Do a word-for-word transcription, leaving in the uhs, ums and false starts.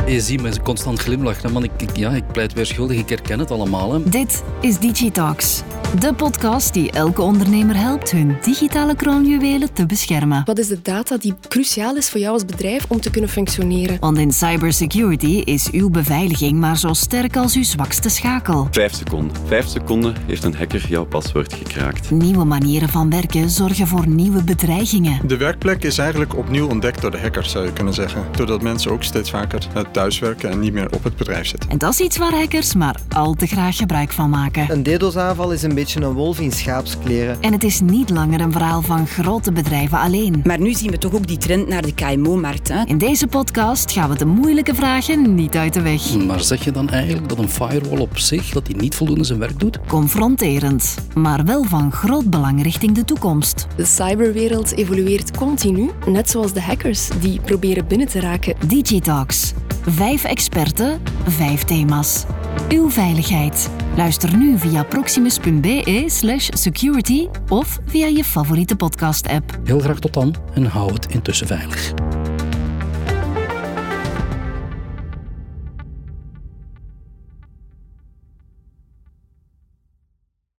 Je ziet me constant glimlachen. Man, ik, ik, ja, ik pleit weer schuldig, ik herken het allemaal. Hè. Dit is DigiTalks, de podcast die elke ondernemer helpt hun digitale kroonjuwelen te beschermen. Wat is de data die cruciaal is voor jou als bedrijf om te kunnen functioneren? Want in cybersecurity is uw beveiliging maar zo sterk als uw zwakste schakel. Vijf seconden. Vijf seconden heeft een hacker jouw paswoord gekraakt. Nieuwe manieren van werken zorgen voor nieuwe bedreigingen. De werkplek is eigenlijk opnieuw ontdekt door de hackers, zou je kunnen zeggen. Doordat mensen ook steeds vaker thuiswerken en niet meer op het bedrijf zitten. En dat is iets waar hackers maar al te graag gebruik van maken. Een DDoS-aanval is een beetje een wolf in schaapskleren. En het is niet langer een verhaal van grote bedrijven alleen. Maar nu zien we toch ook die trend naar de K M O-markt. Hè? In deze podcast gaan we de moeilijke vragen niet uit de weg. Maar zeg je dan eigenlijk dat een firewall op zich dat die niet voldoende zijn werk doet? Confronterend, maar wel van groot belang richting de toekomst. De cyberwereld evolueert continu, net zoals de hackers die proberen binnen te raken. DigiTalks. Vijf experten, vijf thema's. Uw veiligheid. Luister nu via proximus.be slash security of via je favoriete podcast-app. Heel graag tot dan en hou het intussen veilig.